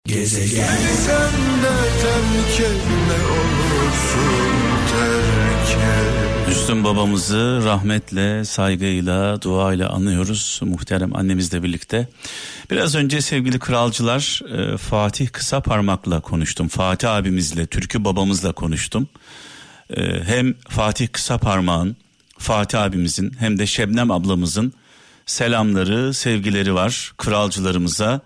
Gezegen. Sen de terk etme olursun terk et. Müslüm babamızı rahmetle, saygıyla, duayla anıyoruz. Muhterem annemizle birlikte. Biraz önce sevgili kralcılar, Fatih Kısaparmak'la konuştum. Fatih abimizle, Türkü babamızla konuştum. Hem Fatih Kısaparmak'ın, Fatih abimizin hem de Şebnem ablamızın selamları, sevgileri var kralcılarımıza.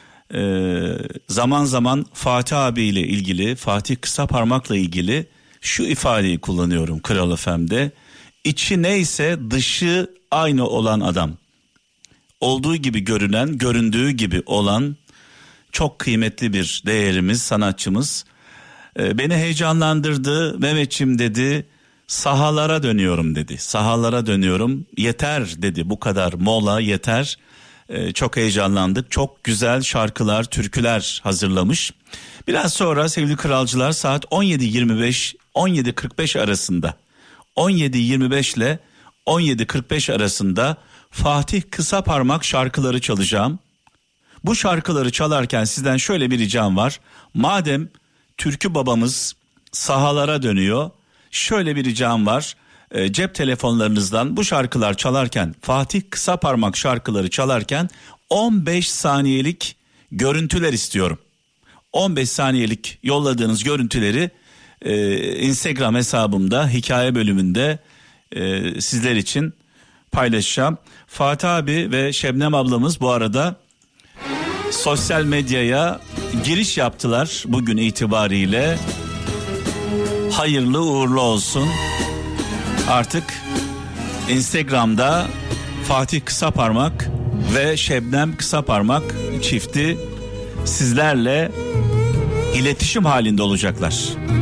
Zaman zaman Fatih abiyle ilgili, Fatih Kısaparmak'la ilgili şu ifadeyi kullanıyorum Kral FM'de. İçi neyse dışı aynı olan adam. Olduğu gibi görünen, göründüğü gibi olan çok kıymetli bir değerimiz, sanatçımız. Beni heyecanlandırdı. Mehmetçim dedi, sahalara dönüyorum dedi. Sahalara dönüyorum. Yeter dedi, bu kadar mola yeter. Çok heyecanlandık. Çok güzel şarkılar, türküler hazırlamış. Biraz sonra sevgili kralcılar saat 17.25 17.45 arasında 17.25 ile 17.45 arasında Fatih Kısaparmak şarkıları çalacağım. Bu şarkıları çalarken sizden şöyle bir ricam var. Madem Türkü babamız sahalara dönüyor, şöyle bir ricam var. Cep telefonlarınızdan bu şarkılar çalarken, Fatih Kısaparmak şarkıları çalarken 15 saniyelik görüntüler istiyorum. 15 saniyelik yolladığınız görüntüleri Instagram hesabımda, hikaye bölümünde sizler için paylaşacağım. Fatih abi ve Şebnem ablamız bu arada sosyal medyaya giriş yaptılar bugün itibariyle. Hayırlı uğurlu olsun. Artık Instagram'da Fatih Kısaparmak ve Şebnem Kısaparmak çifti sizlerle iletişim halinde olacaklar.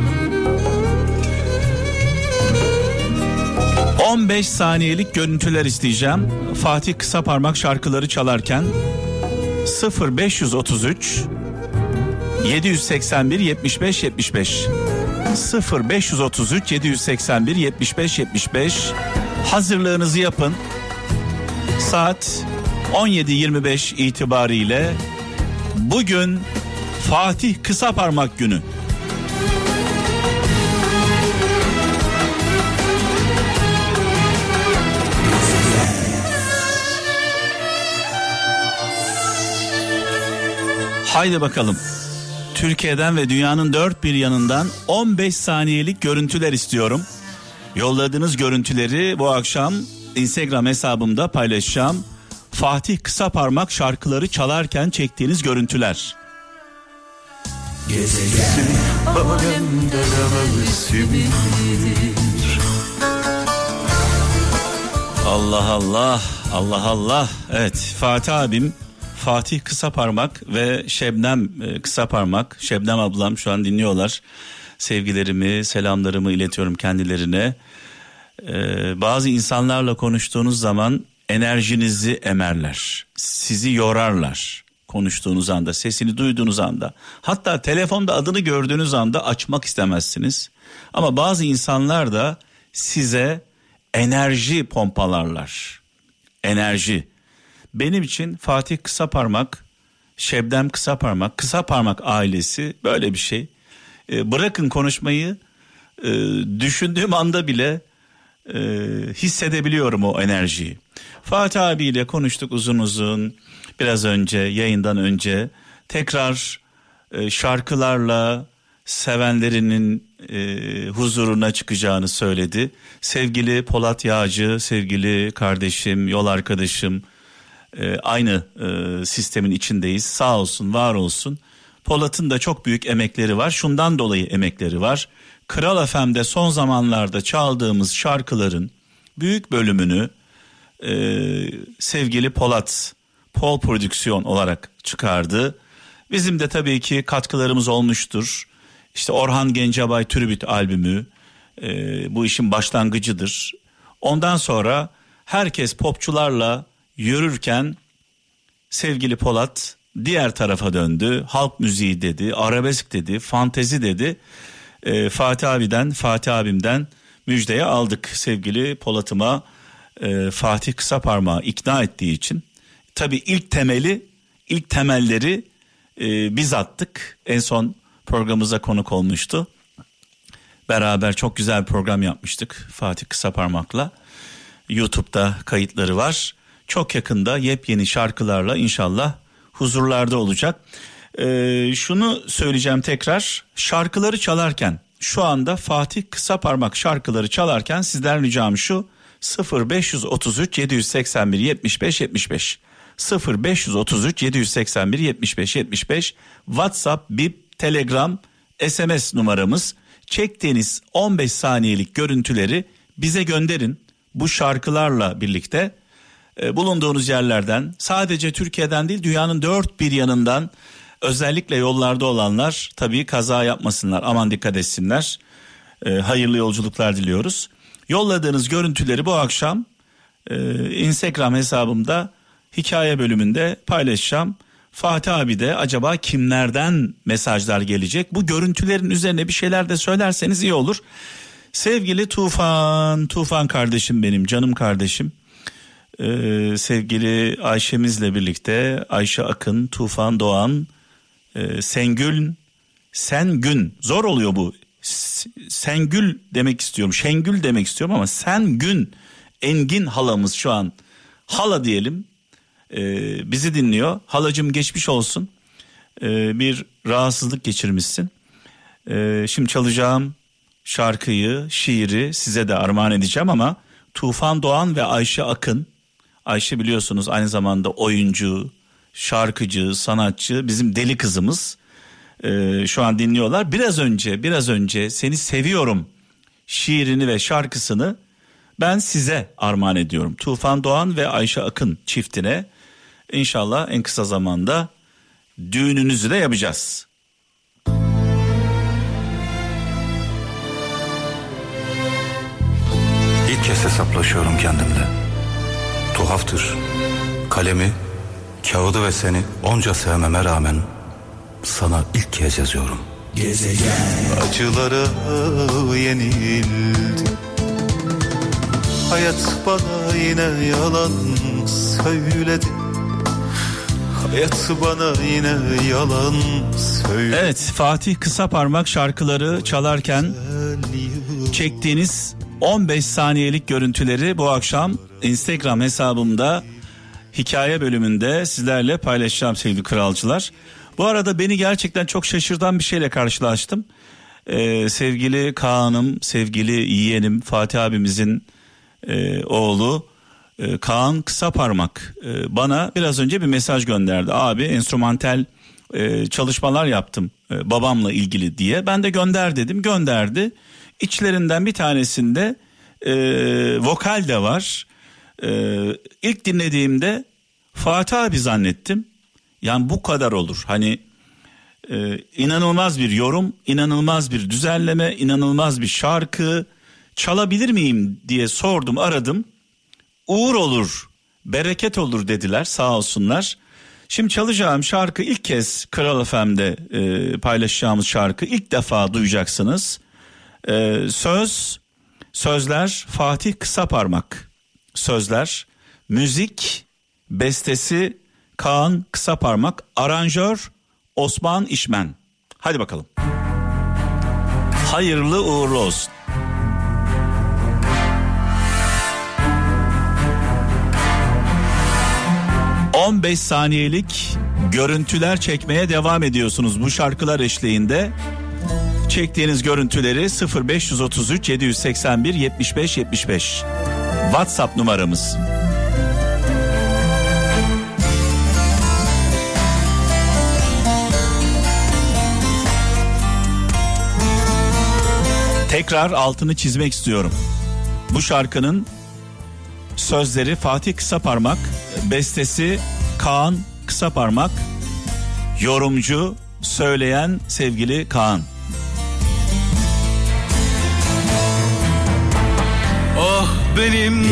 15 saniyelik görüntüler isteyeceğim. Fatih Kısaparmak şarkıları çalarken 0533 781 75 75 0533 781 75 75 hazırlığınızı yapın. Saat 17.25 itibariyle bugün Fatih Kısaparmak günü. Haydi bakalım. Türkiye'den ve dünyanın dört bir yanından 15 saniyelik görüntüler istiyorum. Yolladığınız görüntüleri bu akşam Instagram hesabımda paylaşacağım. Fatih Kısaparmak şarkıları çalarken çektiğiniz görüntüler. Gezegen alemde mevsimidir. Allah Allah, Allah Allah. Evet, Fatih abim, Fatih Kısaparmak ve Şebnem Kısaparmak, Şebnem ablam şu an dinliyorlar. Sevgilerimi, selamlarımı iletiyorum kendilerine. Bazı insanlarla konuştuğunuz zaman enerjinizi emerler, sizi yorarlar. Konuştuğunuz anda, sesini duyduğunuz anda, hatta telefonda adını gördüğünüz anda açmak istemezsiniz. Ama bazı insanlar da size enerji pompalarlar. Enerji. Benim için Fatih Kısaparmak, Şebnem Kısaparmak, Kısaparmak ailesi böyle bir şey. Bırakın konuşmayı, düşündüğüm anda bile hissedebiliyorum o enerjiyi. Fatih abiyle konuştuk uzun uzun. Biraz önce, yayından önce tekrar şarkılarla sevenlerinin huzuruna çıkacağını söyledi. Sevgili Polat Yağcı, sevgili kardeşim, yol arkadaşım, aynı sistemin içindeyiz. Sağ olsun, var olsun. Polat'ın da çok büyük emekleri var. Şundan dolayı emekleri var. Kral FM'de son zamanlarda çaldığımız şarkıların büyük bölümünü sevgili Polat, Pol Prodüksiyon olarak çıkardı. Bizim de tabii ki katkılarımız olmuştur. İşte Orhan Gencebay Tribute albümü bu işin başlangıcıdır. Ondan sonra herkes popçularla yürürken sevgili Polat diğer tarafa döndü. Halk müziği dedi, arabesk dedi, fantezi dedi. Fatih abimden müjdeyi aldık sevgili Polat'ıma. Fatih Kısaparmak'ı ikna ettiği için. Tabii ilk temelleri biz attık. En son programımıza konuk olmuştu. Beraber çok güzel bir program yapmıştık Fatih Kısaparmak'la. YouTube'da kayıtları var. Çok yakında yepyeni şarkılarla inşallah huzurlarda olacak. Şunu söyleyeceğim tekrar, şarkıları çalarken, şu anda Fatih Kısaparmak şarkıları çalarken sizden ricam şu: 0533 781 75 75 0533 781 75 75 WhatsApp, Bip, Telegram, SMS numaramız. Çektiğiniz 15 saniyelik görüntüleri bize gönderin. Bu şarkılarla birlikte bulunduğunuz yerlerden, sadece Türkiye'den değil dünyanın dört bir yanından, özellikle yollarda olanlar tabii kaza yapmasınlar, aman dikkat etsinler. Hayırlı yolculuklar diliyoruz. Yolladığınız görüntüleri bu akşam Instagram hesabımda hikaye bölümünde paylaşacağım. Fatih abi de acaba kimlerden mesajlar gelecek? Bu görüntülerin üzerine bir şeyler de söylerseniz iyi olur. Sevgili Tufan kardeşim, benim canım kardeşim. Sevgili Ayşemizle birlikte, Ayşe Akın, Tufan Doğan, Sengün, zor oluyor bu. Sengül demek istiyorum, Şengül demek istiyorum ama Sengün, Engin halamız şu an, hala diyelim, bizi dinliyor. Halacığım geçmiş olsun, bir rahatsızlık geçirmişsin. Şimdi çalacağım şarkıyı, şiiri size de armağan edeceğim ama Tufan Doğan ve Ayşe Akın, Ayşe biliyorsunuz aynı zamanda oyuncu, şarkıcı, sanatçı, bizim deli kızımız. Şu an dinliyorlar. Biraz önce Seni Seviyorum şiirini ve şarkısını ben size armağan ediyorum. Tufan Doğan ve Ayşe Akın çiftine. İnşallah en kısa zamanda düğününüzü de yapacağız. İlk kez hesaplaşıyorum kendimle. Tuhaftır. Kalemi, kağıdı ve seni onca sevmeme rağmen sana ilk kez yazıyorum. Gezegen. Acılara yenildi. Hayat bana yine yalan söyledi. Hayat bana yine yalan söyledi. Evet, Fatih Kısaparmak şarkıları çalarken çektiğiniz 15 saniyelik görüntüleri bu akşam Instagram hesabımda hikaye bölümünde sizlerle paylaşacağım sevgili kralcılar. Bu arada beni gerçekten çok şaşırtan bir şeyle karşılaştım. Sevgili Kaan'ım, sevgili yeğenim Fatih abimizin oğlu Kaan Kısaparmak bana biraz önce bir mesaj gönderdi. Abi enstrümantal çalışmalar yaptım babamla ilgili diye. Ben de gönder dedim, gönderdi. İçlerinden bir tanesinde vokal de var. İlk dinlediğimde Fatih abi zannettim. Yani bu kadar olur. Hani inanılmaz bir yorum, inanılmaz bir düzenleme, inanılmaz bir şarkı. Çalabilir miyim diye sordum, aradım. Uğur olur, bereket olur dediler, sağ olsunlar. Şimdi çalacağım şarkı ilk kez Kral FM'de paylaşacağımız şarkı. İlk defa duyacaksınız. Sözler Fatih Kısaparmak. Sözler, müzik, bestesi Kaan Kısaparmak, aranjör Osman İşmen. Hadi bakalım. Hayırlı uğurlu olsun. ...15 saniyelik görüntüler çekmeye devam ediyorsunuz bu şarkılar eşliğinde. Çektiğiniz görüntüleri 0533 781 75 75 WhatsApp numaramız. Tekrar altını çizmek istiyorum. Bu şarkının sözleri Fatih Kısaparmak, bestesi Kaan Kısaparmak, yorumcu, söyleyen sevgili Kaan. Ah benim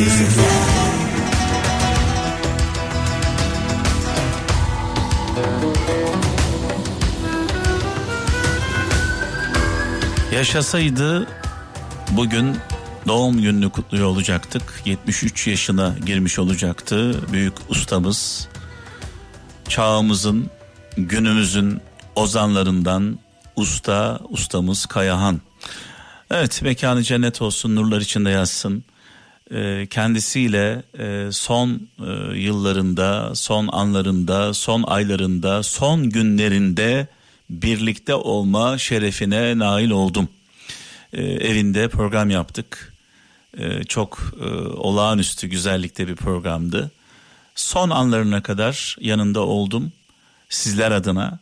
yaşasaydı bugün doğum gününü kutluyor olacaktık. 73 yaşına girmiş olacaktı büyük ustamız. Çağımızın günümüzün ozanlarından ustamız Kayahan. Evet, mekanı cennet olsun, nurlar içinde yatsın. Kendisiyle son yıllarında, son anlarında, son aylarında, son günlerinde birlikte olma şerefine nail oldum. Evinde program yaptık. Çok olağanüstü güzellikte bir programdı. Son anlarına kadar yanında oldum. Sizler adına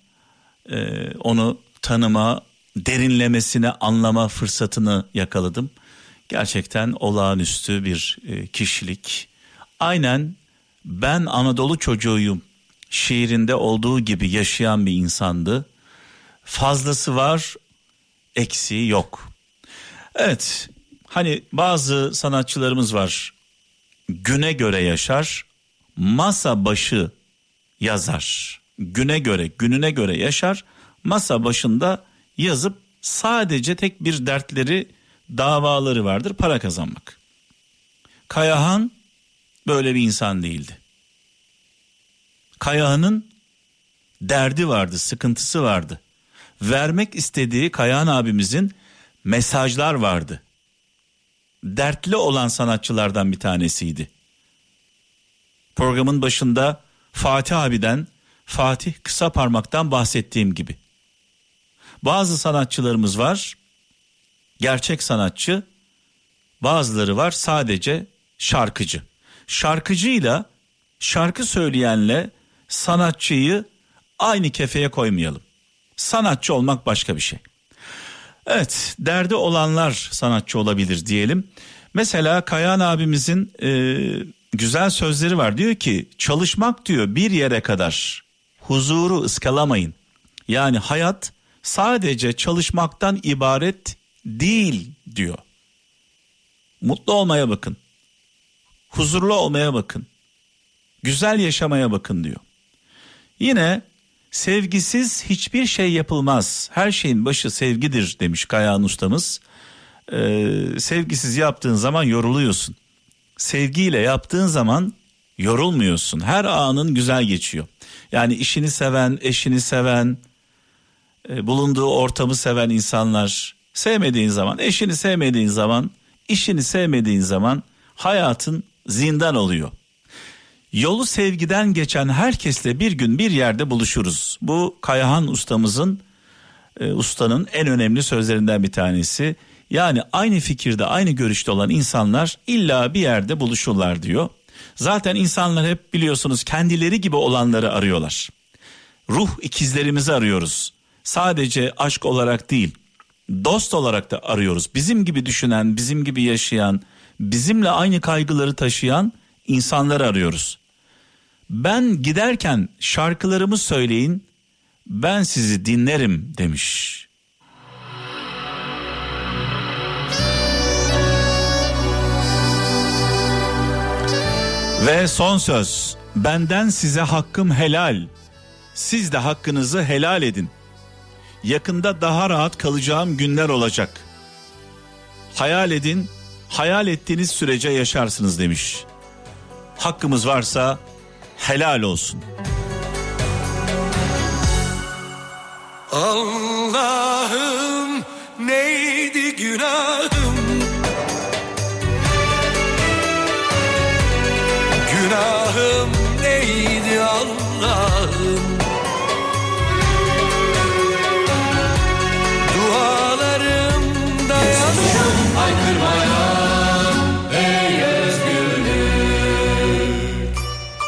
onu tanıma, derinlemesine anlama fırsatını yakaladım. Gerçekten olağanüstü bir kişilik. Aynen ben Anadolu çocuğuyum şiirinde olduğu gibi yaşayan bir insandı. Fazlası var, eksiği yok. Evet, hani bazı sanatçılarımız var. Güne göre yaşar, masa başı yazar. Gününe göre yaşar, masa başında yazıp sadece tek bir dertleri, davaları vardır: para kazanmak. Kayahan böyle bir insan değildi. Kayahan'ın derdi vardı, sıkıntısı vardı. Vermek istediği Kayahan abimizin mesajlar vardı. Dertli olan sanatçılardan bir tanesiydi. Programın başında Fatih abiden, Fatih Kısaparmak'tan bahsettiğim gibi. Bazı sanatçılarımız var, gerçek sanatçı, bazıları var sadece şarkıcı. Şarkıcıyla, şarkı söyleyenle sanatçıyı aynı kefeye koymayalım. Sanatçı olmak başka bir şey. Evet, derdi olanlar sanatçı olabilir diyelim. Mesela Kayahan abimizin güzel sözleri var. Diyor ki, çalışmak diyor bir yere kadar, huzuru ıskalamayın. Yani hayat sadece çalışmaktan ibaret değil diyor. Mutlu olmaya bakın. Huzurlu olmaya bakın. Güzel yaşamaya bakın diyor. Yine sevgisiz hiçbir şey yapılmaz. Her şeyin başı sevgidir demiş Kayahan ustamız. Sevgisiz yaptığın zaman yoruluyorsun. Sevgiyle yaptığın zaman yorulmuyorsun. Her anın güzel geçiyor. Yani işini seven, eşini seven, bulunduğu ortamı seven insanlar, sevmediğin zaman, eşini sevmediğin zaman, işini sevmediğin zaman hayatın zindan oluyor. Yolu sevgiden geçen herkesle bir gün bir yerde buluşuruz. Bu Kayahan ustanın en önemli sözlerinden bir tanesi. Yani aynı fikirde, aynı görüşte olan insanlar illa bir yerde buluşurlar diyor. Zaten insanlar hep biliyorsunuz kendileri gibi olanları arıyorlar. Ruh ikizlerimizi arıyoruz. Sadece aşk olarak değil, dost olarak da arıyoruz. Bizim gibi düşünen, bizim gibi yaşayan, bizimle aynı kaygıları taşıyan insanları arıyoruz. Ben giderken şarkılarımı söyleyin, ben sizi dinlerim demiş. Ve son söz, benden size hakkım helal, siz de hakkınızı helal edin. Yakında daha rahat kalacağım günler olacak. Hayal edin, hayal ettiğiniz sürece yaşarsınız demiş. Hakkımız varsa helal olsun. Allah'ım neydi günahım? Günahım neydi Allah'ım? Dualarımda yazdım haykırmaya, ey özgürlük.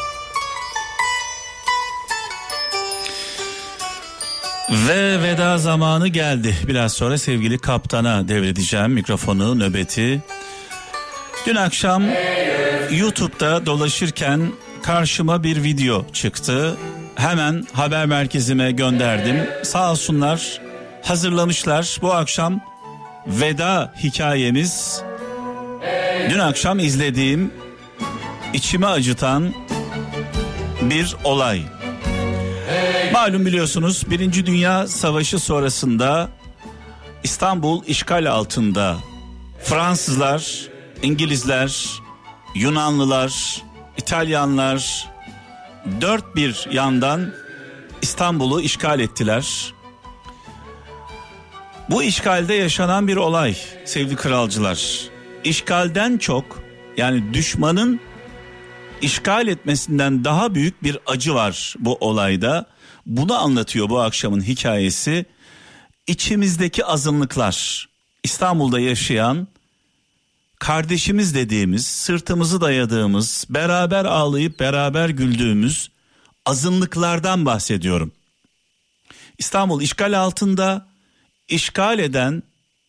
Ve veda zamanı geldi. Biraz sonra sevgili kaptana devredeceğim mikrofonu, nöbeti. Dün akşam YouTube'da dolaşırken karşıma bir video çıktı. Hemen haber merkezime gönderdim. Sağ olsunlar, hazırlamışlar. Bu akşam veda hikayemiz. Dün akşam izlediğim, içimi acıtan bir olay. Malum biliyorsunuz 1. Dünya Savaşı sonrasında İstanbul işgal altında. Fransızlar, İngilizler, Yunanlılar, İtalyanlar dört bir yandan İstanbul'u işgal ettiler. Bu işgalde yaşanan bir olay sevgili kralcılar. İşgalden çok, yani düşmanın işgal etmesinden daha büyük bir acı var bu olayda. Bunu anlatıyor bu akşamın hikayesi. İçimizdeki azınlıklar, İstanbul'da yaşayan kardeşimiz dediğimiz, sırtımızı dayadığımız, beraber ağlayıp beraber güldüğümüz azınlıklardan bahsediyorum. İstanbul işgal altında, işgal eden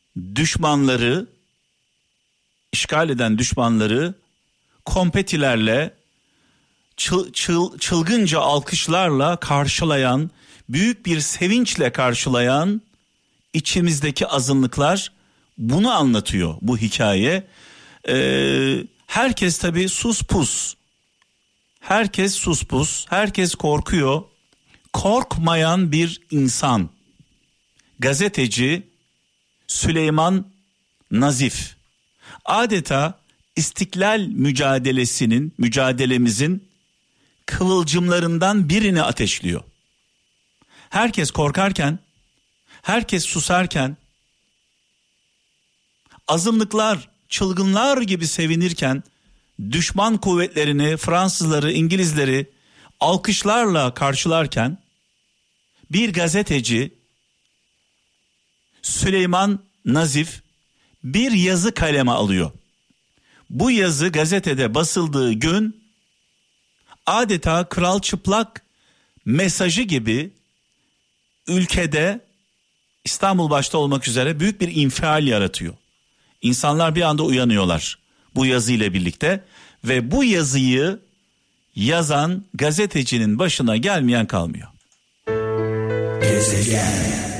düşmanları konfetilerle, çılgınca alkışlarla karşılayan, büyük bir sevinçle karşılayan içimizdeki azınlıklar, bunu anlatıyor bu hikaye. Herkes tabii sus pus. Herkes korkuyor. Korkmayan bir insan. Gazeteci Süleyman Nazif adeta İstiklal mücadelemizin kıvılcımlarından birini ateşliyor. Herkes korkarken, herkes susarken, azınlıklar çılgınlar gibi sevinirken, düşman kuvvetlerini, Fransızları, İngilizleri alkışlarla karşılarken, bir gazeteci Süleyman Nazif bir yazı kaleme alıyor. Bu yazı gazetede basıldığı gün adeta kral çıplak mesajı gibi ülkede, İstanbul başta olmak üzere, büyük bir infial yaratıyor. İnsanlar bir anda uyanıyorlar bu yazıyla birlikte ve bu yazıyı yazan gazetecinin başına gelmeyen kalmıyor. Gezegen.